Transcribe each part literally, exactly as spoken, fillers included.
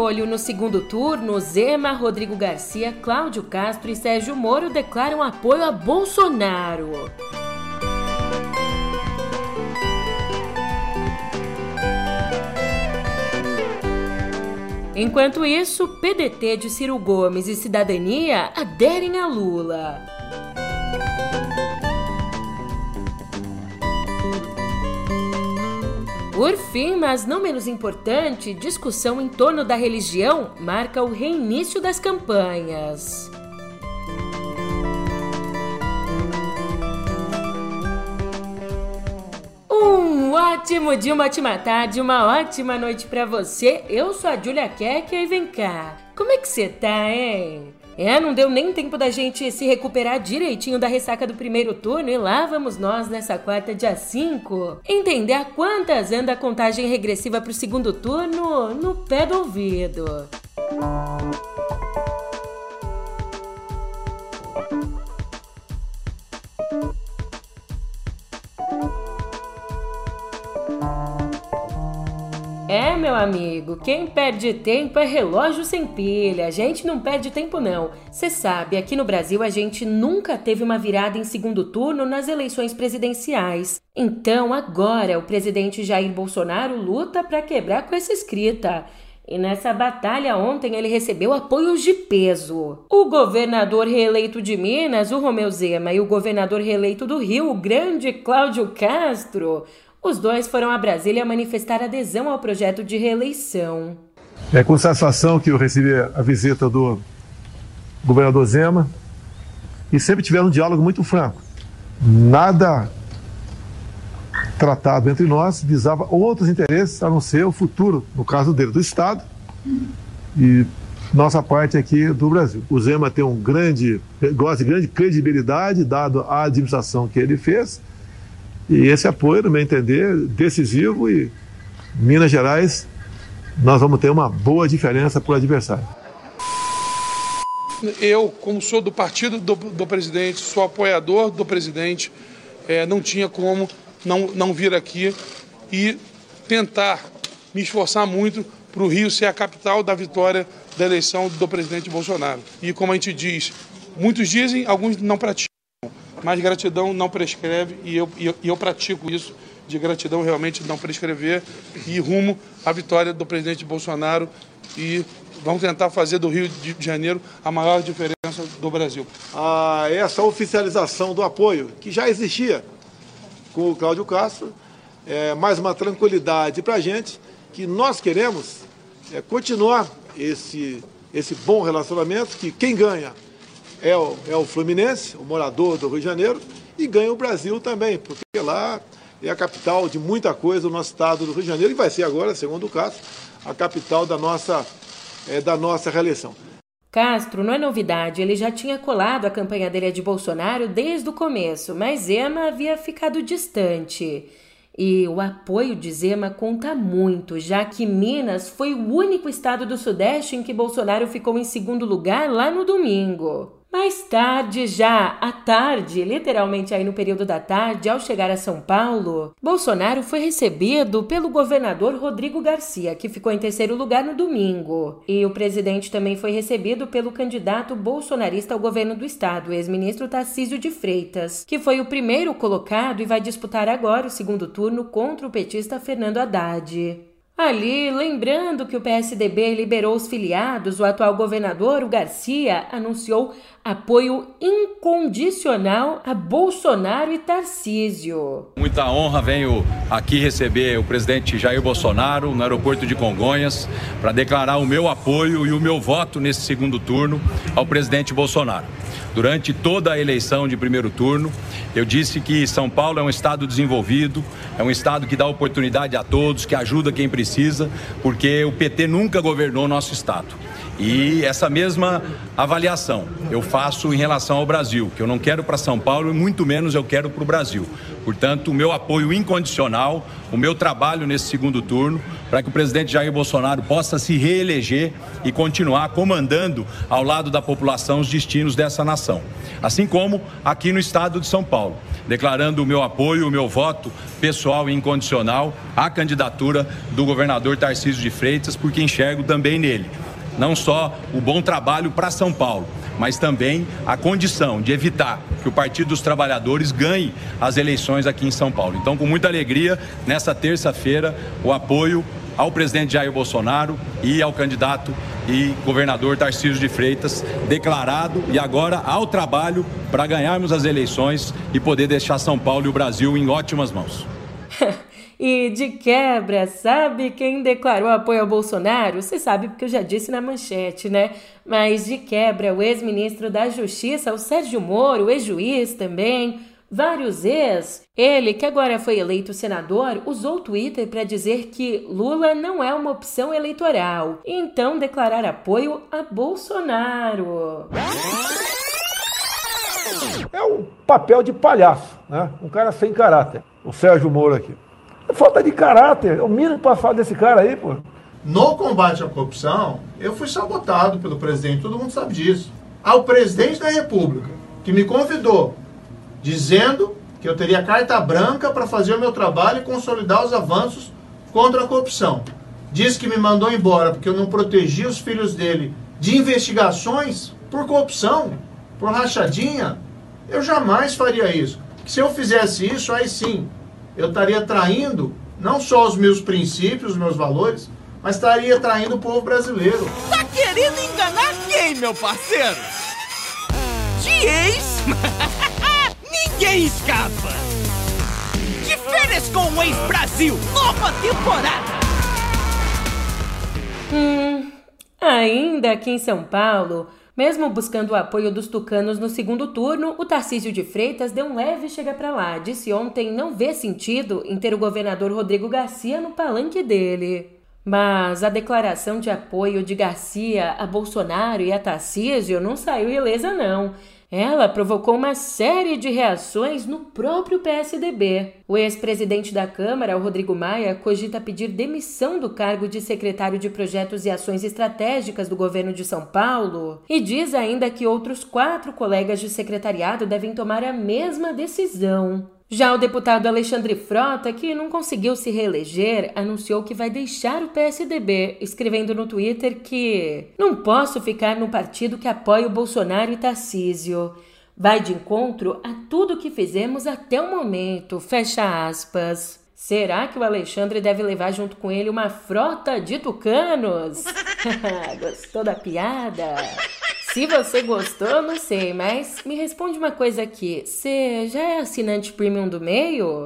olho no segundo turno, Zema, Rodrigo Garcia, Cláudio Castro e Sérgio Moro declaram apoio a Bolsonaro. Enquanto isso, P D T de Ciro Gomes e Cidadania aderem a Lula. Por fim, mas não menos importante, discussão em torno da religião marca o reinício das campanhas. Um ótimo dia, uma ótima tarde, uma ótima noite pra você. Eu sou a Julia Kekia e vem cá. Como é que você tá, hein? É, não deu nem tempo da gente se recuperar direitinho da ressaca do primeiro turno e lá vamos nós nessa quarta, dia cinco, entender a quantas anda a contagem regressiva pro segundo turno no pé do ouvido. É, meu amigo, quem perde tempo é relógio sem pilha. A gente não perde tempo, não. Cê sabe, aqui no Brasil a gente nunca teve uma virada em segundo turno nas eleições presidenciais. Então, agora, o presidente Jair Bolsonaro luta pra quebrar com essa escrita. E nessa batalha ontem ele recebeu apoios de peso. O governador reeleito de Minas, o Romeu Zema, e o governador reeleito do Rio, o grande Cláudio Castro, os dois foram a Brasília manifestar adesão ao projeto de reeleição. É com satisfação que eu recebi a visita do governador Zema e sempre tiveram um diálogo muito franco. Nada tratado entre nós visava outros interesses a não ser o futuro, no caso dele, do Estado e nossa parte aqui do Brasil. O Zema tem um grande, gosta de grande credibilidade dado a administração que ele fez. E esse apoio, no meu entender, decisivo, e Minas Gerais nós vamos ter uma boa diferença para o adversário. Eu, como sou do partido do, do presidente, sou apoiador do presidente, é, não tinha como não, não vir aqui e tentar me esforçar muito para o Rio ser a capital da vitória da eleição do presidente Bolsonaro. E como a gente diz, muitos dizem, alguns não praticam. Mas gratidão não prescreve e eu, e, eu, e eu pratico isso, de gratidão realmente não prescrever e rumo à vitória do presidente Bolsonaro e vamos tentar fazer do Rio de Janeiro a maior diferença do Brasil. Ah, essa oficialização do apoio, que já existia com o Cláudio Castro, é mais uma tranquilidade para a gente, que nós queremos é, continuar esse, esse bom relacionamento, que quem ganha É o, é o Fluminense, o morador do Rio de Janeiro, e ganha o Brasil também, porque lá é a capital de muita coisa, o nosso estado do Rio de Janeiro, e vai ser agora, segundo o Castro, a capital da nossa, é, da nossa reeleição. Castro não é novidade, ele já tinha colado a campanha dele de Bolsonaro desde o começo, mas Zema havia ficado distante. E o apoio de Zema conta muito, já que Minas foi o único estado do Sudeste em que Bolsonaro ficou em segundo lugar lá no domingo. Mais tarde, já à tarde, literalmente aí no período da tarde, ao chegar a São Paulo, Bolsonaro foi recebido pelo governador Rodrigo Garcia, que ficou em terceiro lugar no domingo. E o presidente também foi recebido pelo candidato bolsonarista ao governo do estado, o ex-ministro Tarcísio de Freitas, que foi o primeiro colocado e vai disputar agora o segundo turno contra o petista Fernando Haddad. Ali, lembrando que o P S D B liberou os filiados, o atual governador, o Garcia, anunciou apoio incondicional a Bolsonaro e Tarcísio. Muita honra, venho aqui receber o presidente Jair Bolsonaro no aeroporto de Congonhas para declarar o meu apoio e o meu voto nesse segundo turno ao presidente Bolsonaro. Durante toda a eleição de primeiro turno, eu disse que São Paulo é um estado desenvolvido, é um estado que dá oportunidade a todos, que ajuda quem precisa, porque o P T nunca governou nosso estado. E essa mesma avaliação eu faço em relação ao Brasil, que eu não quero para São Paulo e muito menos eu quero para o Brasil. Portanto, o meu apoio incondicional, o meu trabalho nesse segundo turno, para que o presidente Jair Bolsonaro possa se reeleger e continuar comandando ao lado da população os destinos dessa nação. Assim como aqui no estado de São Paulo, declarando o meu apoio, o meu voto pessoal e incondicional à candidatura do governador Tarcísio de Freitas, porque enxergo também nele não só o bom trabalho para São Paulo, mas também a condição de evitar que o Partido dos Trabalhadores ganhe as eleições aqui em São Paulo. Então, com muita alegria, nessa terça-feira, o apoio ao presidente Jair Bolsonaro e ao candidato e governador Tarcísio de Freitas, declarado, e agora ao trabalho para ganharmos as eleições e poder deixar São Paulo e o Brasil em ótimas mãos. E de quebra, sabe quem declarou apoio ao Bolsonaro? Você sabe porque eu já disse na manchete, né? Mas de quebra, o ex-ministro da Justiça, o Sérgio Moro, ex-juiz também, vários ex. Ele, que agora foi eleito senador, usou o Twitter para dizer que Lula não é uma opção eleitoral. E então declarar apoio a Bolsonaro. É um papel de palhaço, né? Um cara sem caráter. O Sérgio Moro aqui. É falta de caráter, é o mínimo para falar desse cara aí, pô. No combate à corrupção, eu fui sabotado pelo presidente, todo mundo sabe disso. Ao presidente da República, que me convidou, dizendo que eu teria carta branca para fazer o meu trabalho e consolidar os avanços contra a corrupção. Disse que me mandou embora porque eu não protegi os filhos dele de investigações por corrupção, por rachadinha. Eu jamais faria isso. Se eu fizesse isso, aí sim, eu estaria traindo não só os meus princípios, os meus valores, mas estaria traindo o povo brasileiro. Tá querendo enganar quem, meu parceiro? De ex? Ninguém escapa! De férias com o ex-Brasil, nova temporada! Hum, ainda aqui em São Paulo, mesmo buscando o apoio dos tucanos no segundo turno, o Tarcísio de Freitas deu um leve chega pra lá. Disse ontem não vê sentido em ter o governador Rodrigo Garcia no palanque dele. Mas a declaração de apoio de Garcia a Bolsonaro e a Tarcísio não saiu ilesa, não. Ela provocou uma série de reações no próprio P S D B. O ex-presidente da Câmara, o Rodrigo Maia, cogita pedir demissão do cargo de secretário de Projetos e Ações Estratégicas do governo de São Paulo e diz ainda que outros quatro colegas de secretariado devem tomar a mesma decisão. Já o deputado Alexandre Frota, que não conseguiu se reeleger, anunciou que vai deixar o P S D B, escrevendo no Twitter que não posso ficar no partido que apoia o Bolsonaro e Tarcísio. Vai de encontro a tudo que fizemos até o momento, fecha aspas. Será que o Alexandre deve levar junto com ele uma frota de tucanos? Gostou da piada? Se você gostou, não sei, mas me responde uma coisa aqui. Você já é assinante premium do Meio?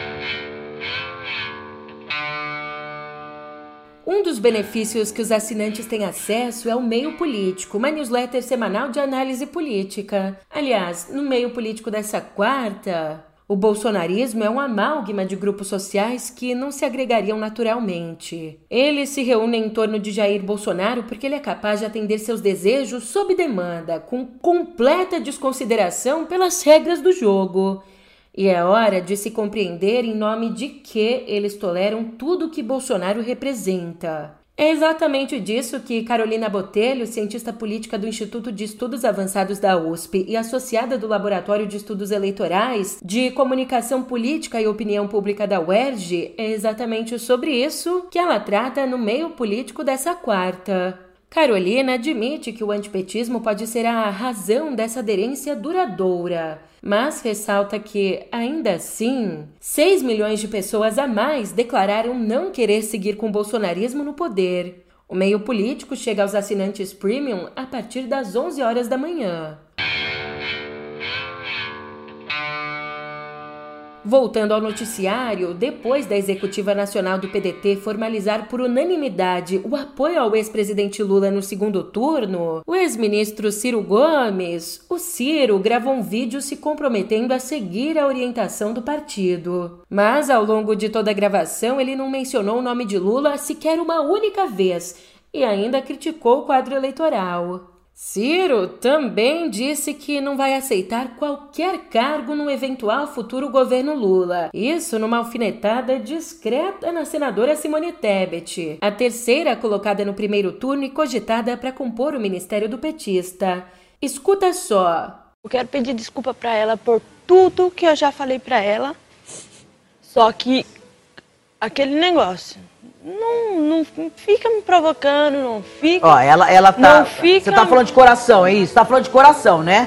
Um dos benefícios que os assinantes têm acesso é o Meio Político, uma newsletter semanal de análise política. Aliás, no Meio Político dessa quarta, o bolsonarismo é um amálgama de grupos sociais que não se agregariam naturalmente. Eles se reúnem em torno de Jair Bolsonaro porque ele é capaz de atender seus desejos sob demanda, com completa desconsideração pelas regras do jogo. E é hora de se compreender em nome de que eles toleram tudo que Bolsonaro representa. É exatamente disso que Carolina Botelho, cientista política do Instituto de Estudos Avançados da U S P e associada do Laboratório de Estudos Eleitorais de Comunicação Política e Opinião Pública da U E R J, é exatamente sobre isso que ela trata no Meio Político dessa quarta. Carolina admite que o antipetismo pode ser a razão dessa aderência duradoura, mas ressalta que, ainda assim, seis milhões de pessoas a mais declararam não querer seguir com o bolsonarismo no poder. O Meio Político chega aos assinantes premium a partir das onze horas da manhã. Voltando ao noticiário, depois da Executiva Nacional do P D T formalizar por unanimidade o apoio ao ex-presidente Lula no segundo turno, o ex-ministro Ciro Gomes, o Ciro, gravou um vídeo se comprometendo a seguir a orientação do partido. Mas, ao longo de toda a gravação, ele não mencionou o nome de Lula sequer uma única vez. e ainda criticou o quadro eleitoral. Ciro também disse que não vai aceitar qualquer cargo no eventual futuro governo Lula. Isso numa alfinetada discreta na senadora Simone Tebet, a terceira colocada no primeiro turno e cogitada para compor o ministério do petista. Escuta só. Eu quero pedir desculpa para ela por tudo que eu já falei para ela, só que aquele negócio... Não, não fica me provocando, não fica... Ó, ela, ela tá... Não fica... Você tá falando de coração, é isso? Tá falando de coração, né?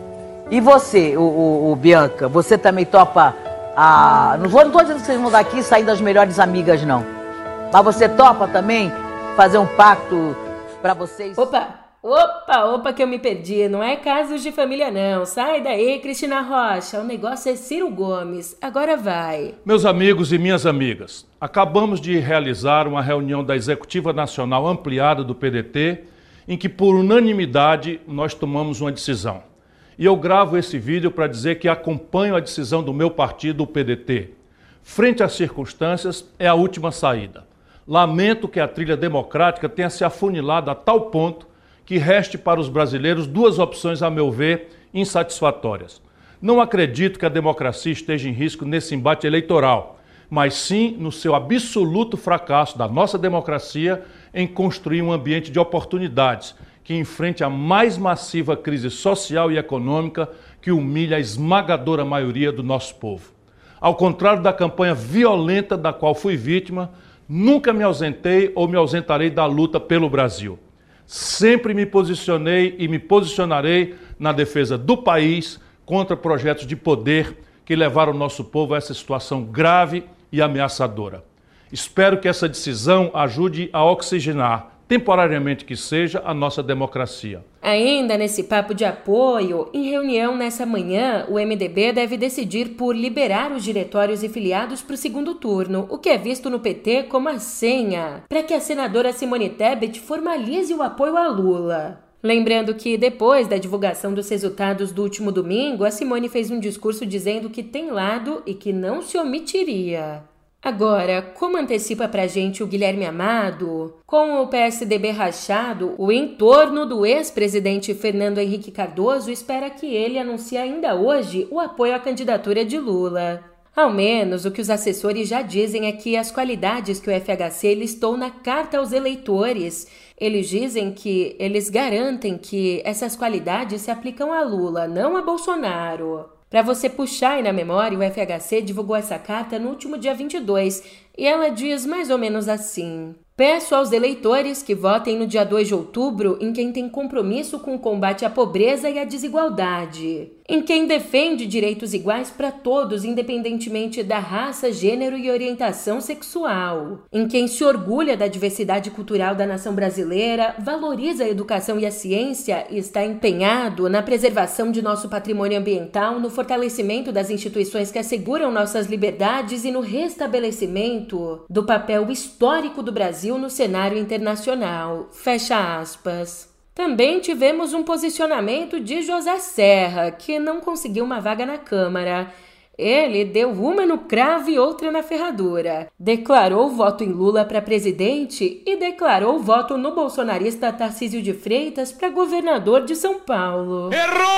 E você, o, o, o Bianca, você também topa a... Não, vou, não tô dizendo que vocês vão daqui saindo das melhores amigas, não. Mas você topa também fazer um pacto pra vocês... Opa! Opa, opa que eu me perdi, não é casos de família não, sai daí Cristina Rocha, o negócio é Ciro Gomes, agora vai. Meus amigos e minhas amigas, acabamos de realizar uma reunião da Executiva Nacional Ampliada do P D T, em que por unanimidade nós tomamos uma decisão. E eu gravo esse vídeo para dizer que acompanho a decisão do meu partido, o P D T. Frente às circunstâncias, é a última saída. Lamento que a trilha democrática tenha se afunilado a tal ponto que reste para os brasileiros duas opções, a meu ver, insatisfatórias. Não acredito que a democracia esteja em risco nesse embate eleitoral, mas sim no seu absoluto fracasso da nossa democracia em construir um ambiente de oportunidades que enfrente a mais massiva crise social e econômica que humilha a esmagadora maioria do nosso povo. Ao contrário da campanha violenta da qual fui vítima, nunca me ausentei ou me ausentarei da luta pelo Brasil. Sempre me posicionei e me posicionarei na defesa do país contra projetos de poder que levaram o nosso povo a essa situação grave e ameaçadora. Espero que essa decisão ajude a oxigenar, temporariamente que seja, a nossa democracia. Ainda nesse papo de apoio, em reunião nessa manhã, o M D B deve decidir por liberar os diretórios e filiados para o segundo turno, o que é visto no P T como a senha para que a senadora Simone Tebet formalize o apoio a Lula. Lembrando que, depois da divulgação dos resultados do último domingo, a Simone fez um discurso dizendo que tem lado e que não se omitiria. Agora, como antecipa pra gente o Guilherme Amado, com o P S D B rachado, o entorno do ex-presidente Fernando Henrique Cardoso espera que ele anuncie ainda hoje o apoio à candidatura de Lula. Ao menos, o que os assessores já dizem é que as qualidades que o F H C listou na carta aos eleitores, eles dizem que eles garantem que essas qualidades se aplicam a Lula, não a Bolsonaro. Para você puxar aí na memória, o F H C divulgou essa carta no último dia vinte e dois e ela diz mais ou menos assim: peço aos eleitores que votem no dia dois de outubro em quem tem compromisso com o combate à pobreza e à desigualdade, em quem defende direitos iguais para todos, independentemente da raça, gênero e orientação sexual, em quem se orgulha da diversidade cultural da nação brasileira, valoriza a educação e a ciência e está empenhado na preservação de nosso patrimônio ambiental, no fortalecimento das instituições que asseguram nossas liberdades e no restabelecimento do papel histórico do Brasil no cenário internacional. Fecha aspas. Também tivemos um posicionamento de José Serra, que não conseguiu uma vaga na Câmara. Ele deu uma no cravo e outra na ferradura. Declarou voto em Lula para presidente e declarou voto no bolsonarista Tarcísio de Freitas para governador de São Paulo.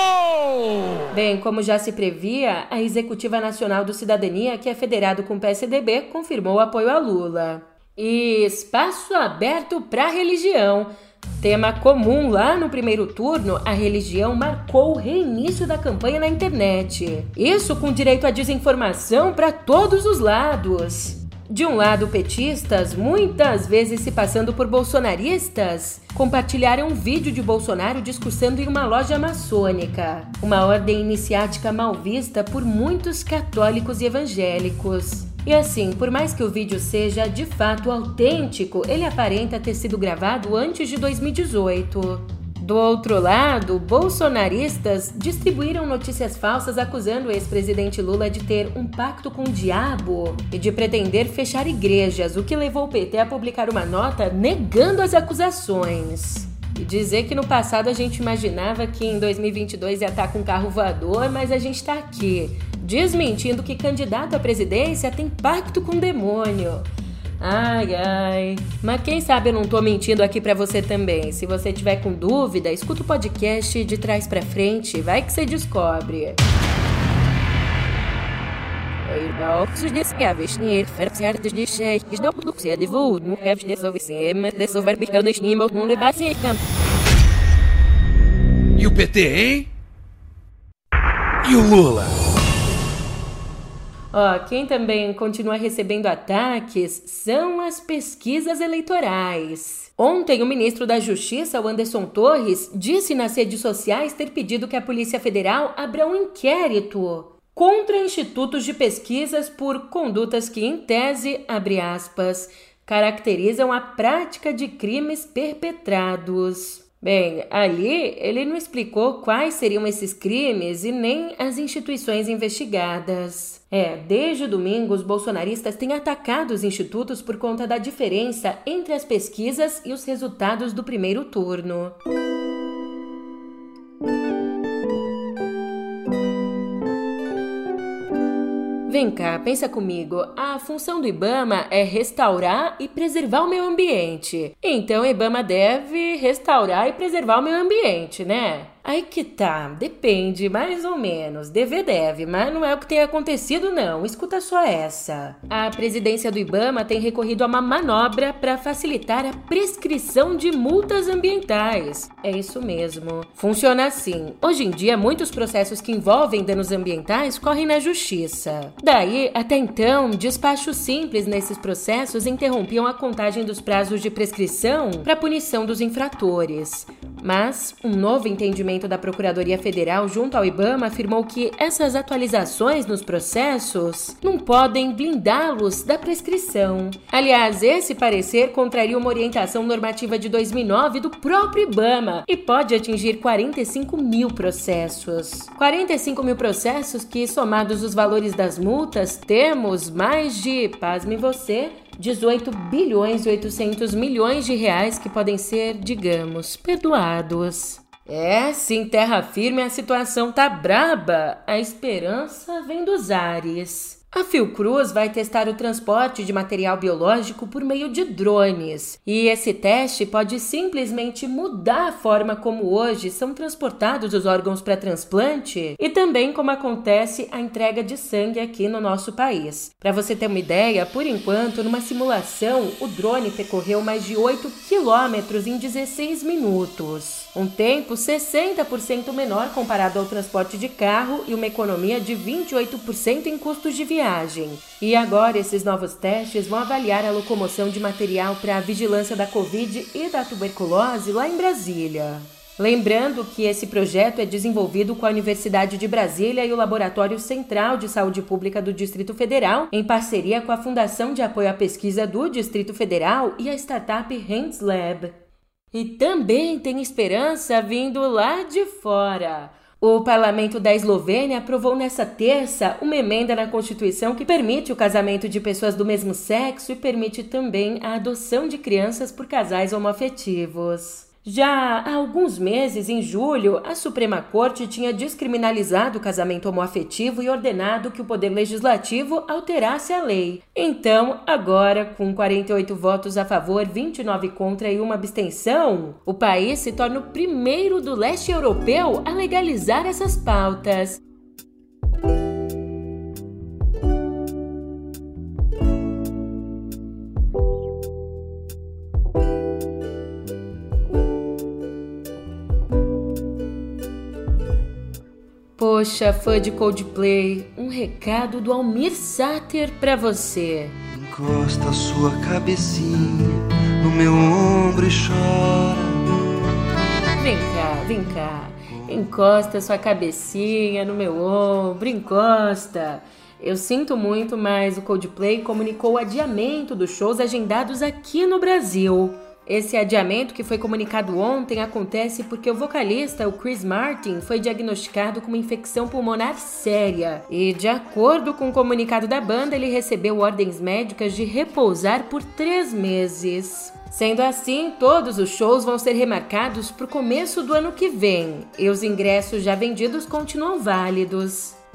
Errou! Bem, como já se previa, a Executiva Nacional do Cidadania, que é federado com o P S D B, confirmou o apoio a Lula. E espaço aberto para religião. Tema comum lá no primeiro turno, a religião marcou o reinício da campanha na internet. Isso com direito à desinformação para todos os lados. De um lado, petistas, muitas vezes se passando por bolsonaristas, compartilharam um vídeo de Bolsonaro discursando em uma loja maçônica, uma ordem iniciática mal vista por muitos católicos e evangélicos. E assim, por mais que o vídeo seja de fato autêntico, ele aparenta ter sido gravado antes de dois mil e dezoito. Do outro lado, bolsonaristas distribuíram notícias falsas acusando o ex-presidente Lula de ter um pacto com o diabo e de pretender fechar igrejas, o que levou o P T a publicar uma nota negando as acusações. E dizer que no passado a gente imaginava que em dois mil e vinte e dois ia estar com um carro voador, mas a gente está aqui, desmentindo que candidato à presidência tem pacto com o demônio. Ai, ai. Mas quem sabe eu não tô mentindo aqui pra você também. Se você tiver com dúvida, escuta o podcast De Trás Pra Frente. Vai que você descobre. E o P T, hein? E o Lula? Ó, quem também continua recebendo ataques são as pesquisas eleitorais. Ontem, o ministro da Justiça, o Anderson Torres, disse nas redes sociais ter pedido que a Polícia Federal abra um inquérito contra institutos de pesquisas por condutas que, em tese, abre aspas, caracterizam a prática de crimes perpetrados. Bem, ali ele não explicou quais seriam esses crimes e nem as instituições investigadas. É, desde domingo, os bolsonaristas têm atacado os institutos por conta da diferença entre as pesquisas e os resultados do primeiro turno. Vem cá, pensa comigo, a função do IBAMA é restaurar e preservar o meio ambiente. Então o IBAMA deve restaurar e preservar o meio ambiente, né? Aí que tá, depende, mais ou menos, deve deve, mas não é o que tem acontecido não, escuta só essa. A presidência do IBAMA tem recorrido a uma manobra para facilitar a prescrição de multas ambientais. É isso mesmo. Funciona assim, hoje em dia muitos processos que envolvem danos ambientais correm na justiça. Daí, até então, despachos simples nesses processos interrompiam a contagem dos prazos de prescrição para punição dos infratores. Mas um novo entendimento da Procuradoria Federal junto ao IBAMA afirmou que essas atualizações nos processos não podem blindá-los da prescrição. Aliás, esse parecer contraria uma orientação normativa de dois mil e nove do próprio IBAMA e pode atingir quarenta e cinco mil processos. quarenta e cinco mil processos que, somados os valores das multas, temos mais de, pasme você, dezoito bilhões e oitocentos milhões de reais que podem ser, digamos, perdoados. É, se em terra firme a situação tá braba, a esperança vem dos ares. A Fiocruz vai testar o transporte de material biológico por meio de drones. E esse teste pode simplesmente mudar a forma como hoje são transportados os órgãos para transplante e também como acontece a entrega de sangue aqui no nosso país. Para você ter uma ideia, por enquanto, numa simulação, o drone percorreu mais de oito quilômetros em dezesseis minutos. Um tempo sessenta por cento menor comparado ao transporte de carro e uma economia de vinte e oito por cento em custos de viagem. E agora esses novos testes vão avaliar a locomoção de material para a vigilância da Covid e da tuberculose lá em Brasília. Lembrando que esse projeto é desenvolvido com a Universidade de Brasília e o Laboratório Central de Saúde Pública do Distrito Federal, em parceria com a Fundação de Apoio à Pesquisa do Distrito Federal e a startup Hands Lab. E também tem esperança vindo lá de fora. O parlamento da Eslovênia aprovou nesta terça uma emenda na Constituição que permite o casamento de pessoas do mesmo sexo e permite também a adoção de crianças por casais homoafetivos. Já há alguns meses, em julho, a Suprema Corte tinha descriminalizado o casamento homoafetivo e ordenado que o Poder Legislativo alterasse a lei. Então, agora, com quarenta e oito votos a favor, vinte e nove contra e uma abstenção, o país se torna o primeiro do leste europeu a legalizar essas pautas. Poxa, fã de Coldplay, um recado do Almir Sater pra você. Encosta sua cabecinha no meu ombro e chora. Vem cá, vem cá. Encosta sua cabecinha no meu ombro, encosta. Eu sinto muito, mas o Coldplay comunicou o adiamento dos shows agendados aqui no Brasil. Esse adiamento, que foi comunicado ontem, acontece porque o vocalista, o Chris Martin, foi diagnosticado com uma infecção pulmonar séria. E, de acordo com o comunicado da banda, ele recebeu ordens médicas de repousar por três meses. Sendo assim, todos os shows vão ser remarcados para o começo do ano que vem, e os ingressos já vendidos continuam válidos.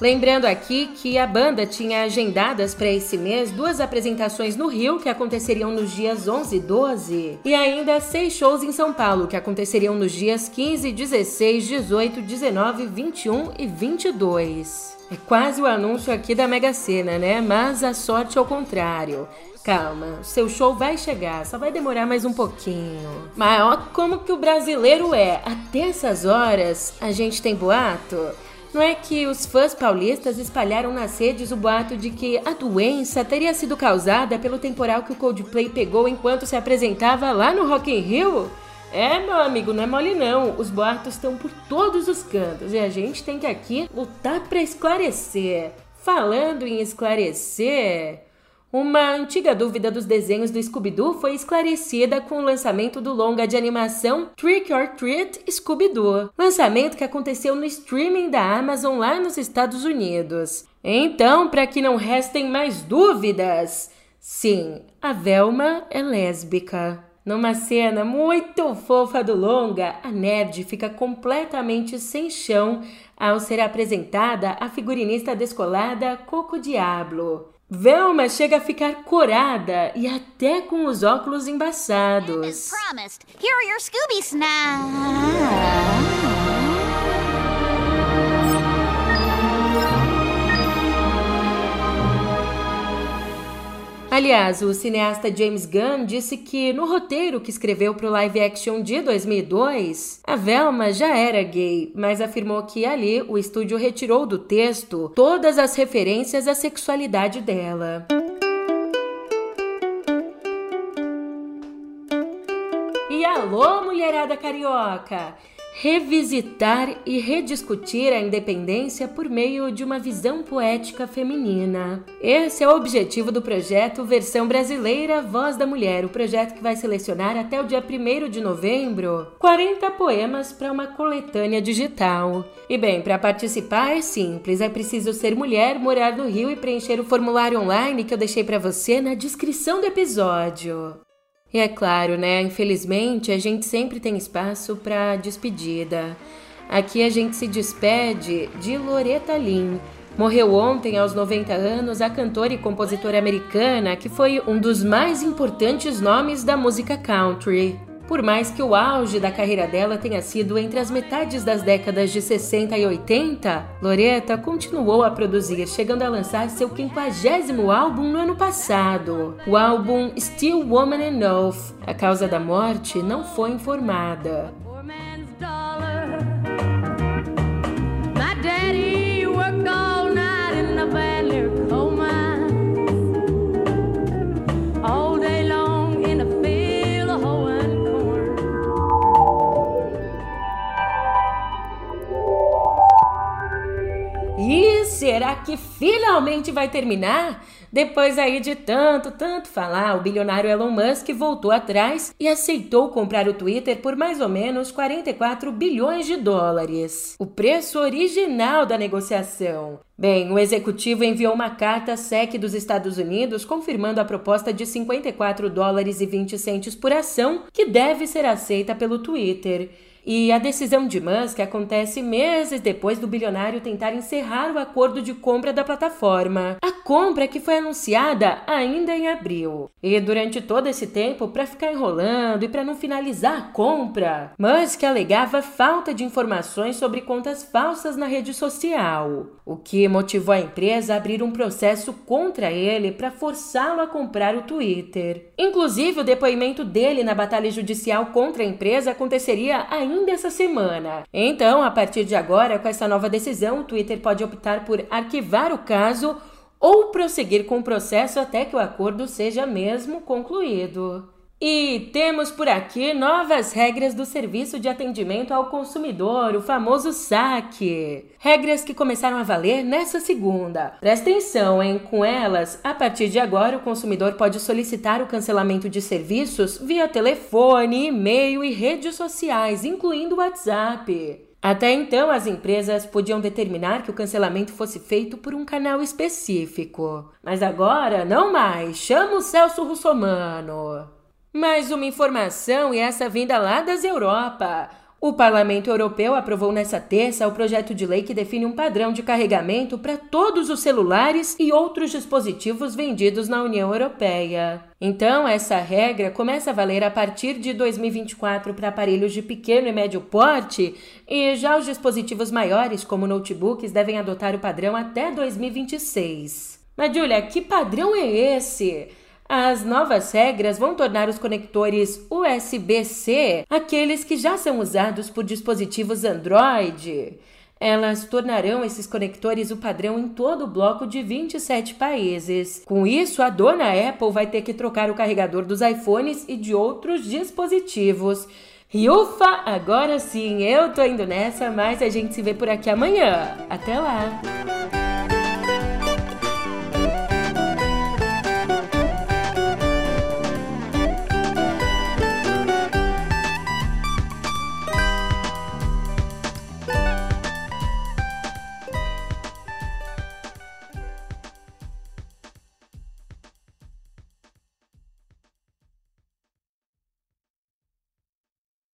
Lembrando aqui que a banda tinha agendadas para esse mês duas apresentações no Rio, que aconteceriam nos dias onze e doze, e ainda seis shows em São Paulo, que aconteceriam nos dias quinze, dezesseis, dezoito, dezenove, vinte e um e vinte e dois. É quase o anúncio aqui da Mega Sena, né? Mas a sorte é o contrário. Calma, o seu show vai chegar, só vai demorar mais um pouquinho. Mas ó como que o brasileiro é, até essas horas a gente tem boato? Não é que os fãs paulistas espalharam nas redes o boato de que a doença teria sido causada pelo temporal que o Coldplay pegou enquanto se apresentava lá no Rock in Rio? É, meu amigo, não é mole não. Os boatos estão por todos os cantos e a gente tem que aqui lutar para esclarecer. Falando em esclarecer... Uma antiga dúvida dos desenhos do Scooby-Doo foi esclarecida com o lançamento do longa de animação Trick or Treat Scooby-Doo, lançamento que aconteceu no streaming da Amazon lá nos Estados Unidos. Então, para que não restem mais dúvidas, sim, a Velma é lésbica. Numa cena muito fofa do longa, a nerd fica completamente sem chão ao ser apresentada a figurinista descolada Coco Diablo. Velma chega a ficar corada e até com os óculos embaçados. Aliás, o cineasta James Gunn disse que no roteiro que escreveu para o live action de dois mil e dois, a Velma já era gay, mas afirmou que ali o estúdio retirou do texto todas as referências à sexualidade dela. E alô, mulherada carioca! Revisitar e rediscutir a independência por meio de uma visão poética feminina. Esse é o objetivo do projeto Versão Brasileira Voz da Mulher, o projeto que vai selecionar até o dia primeiro de novembro quarenta poemas para uma coletânea digital. E bem, para participar é simples, é preciso ser mulher, morar no Rio e preencher o formulário online que eu deixei para você na descrição do episódio. E é claro, né? Infelizmente, a gente sempre tem espaço para despedida. Aqui a gente se despede de Loretta Lynn. Morreu ontem, aos noventa anos, a cantora e compositora americana que foi um dos mais importantes nomes da música country. Por mais que o auge da carreira dela tenha sido entre as metades das décadas de sessenta e oitenta, Loretta continuou a produzir, chegando a lançar seu quinquagésimo álbum no ano passado, o álbum Still Woman Enough. A causa da morte não foi informada. E será que finalmente vai terminar? Depois aí de tanto, tanto falar, o bilionário Elon Musk voltou atrás e aceitou comprar o Twitter por mais ou menos quarenta e quatro bilhões de dólares. O preço original da negociação. Bem, o executivo enviou uma carta à S E C dos Estados Unidos confirmando a proposta de cinquenta e quatro dólares e vinte centavos por ação, que deve ser aceita pelo Twitter. E a decisão de Musk acontece meses depois do bilionário tentar encerrar o acordo de compra da plataforma. A compra que foi anunciada ainda em abril. E durante todo esse tempo, para ficar enrolando e para não finalizar a compra, Musk alegava falta de informações sobre contas falsas na rede social, o que motivou a empresa a abrir um processo contra ele para forçá-lo a comprar o Twitter. Inclusive, o depoimento dele na batalha judicial contra a empresa aconteceria ainda ainda essa semana. Então, a partir de agora, com essa nova decisão, o Twitter pode optar por arquivar o caso ou prosseguir com o processo até que o acordo seja mesmo concluído. E temos por aqui novas regras do Serviço de Atendimento ao Consumidor, o famoso S A C. Regras que começaram a valer nessa segunda. Presta atenção, hein? Com elas, a partir de agora, o consumidor pode solicitar o cancelamento de serviços via telefone, e-mail e redes sociais, incluindo o WhatsApp. Até então, as empresas podiam determinar que o cancelamento fosse feito por um canal específico. Mas agora, não mais. Chama o Celso Russomano. Mais uma informação, e essa vinda lá das Europa. O Parlamento Europeu aprovou nesta terça o projeto de lei que define um padrão de carregamento para todos os celulares e outros dispositivos vendidos na União Europeia. Então, essa regra começa a valer a partir de dois mil e vinte e quatro para aparelhos de pequeno e médio porte, e já os dispositivos maiores, como notebooks, devem adotar o padrão até dois mil e vinte e seis. Mas, Júlia, que padrão é esse? As novas regras vão tornar os conectores U S B C aqueles que já são usados por dispositivos Android. Elas tornarão esses conectores o padrão em todo o bloco de vinte e sete países. Com isso, a dona Apple vai ter que trocar o carregador dos iPhones e de outros dispositivos. E ufa, agora sim, eu tô indo nessa, mas a gente se vê por aqui amanhã. Até lá!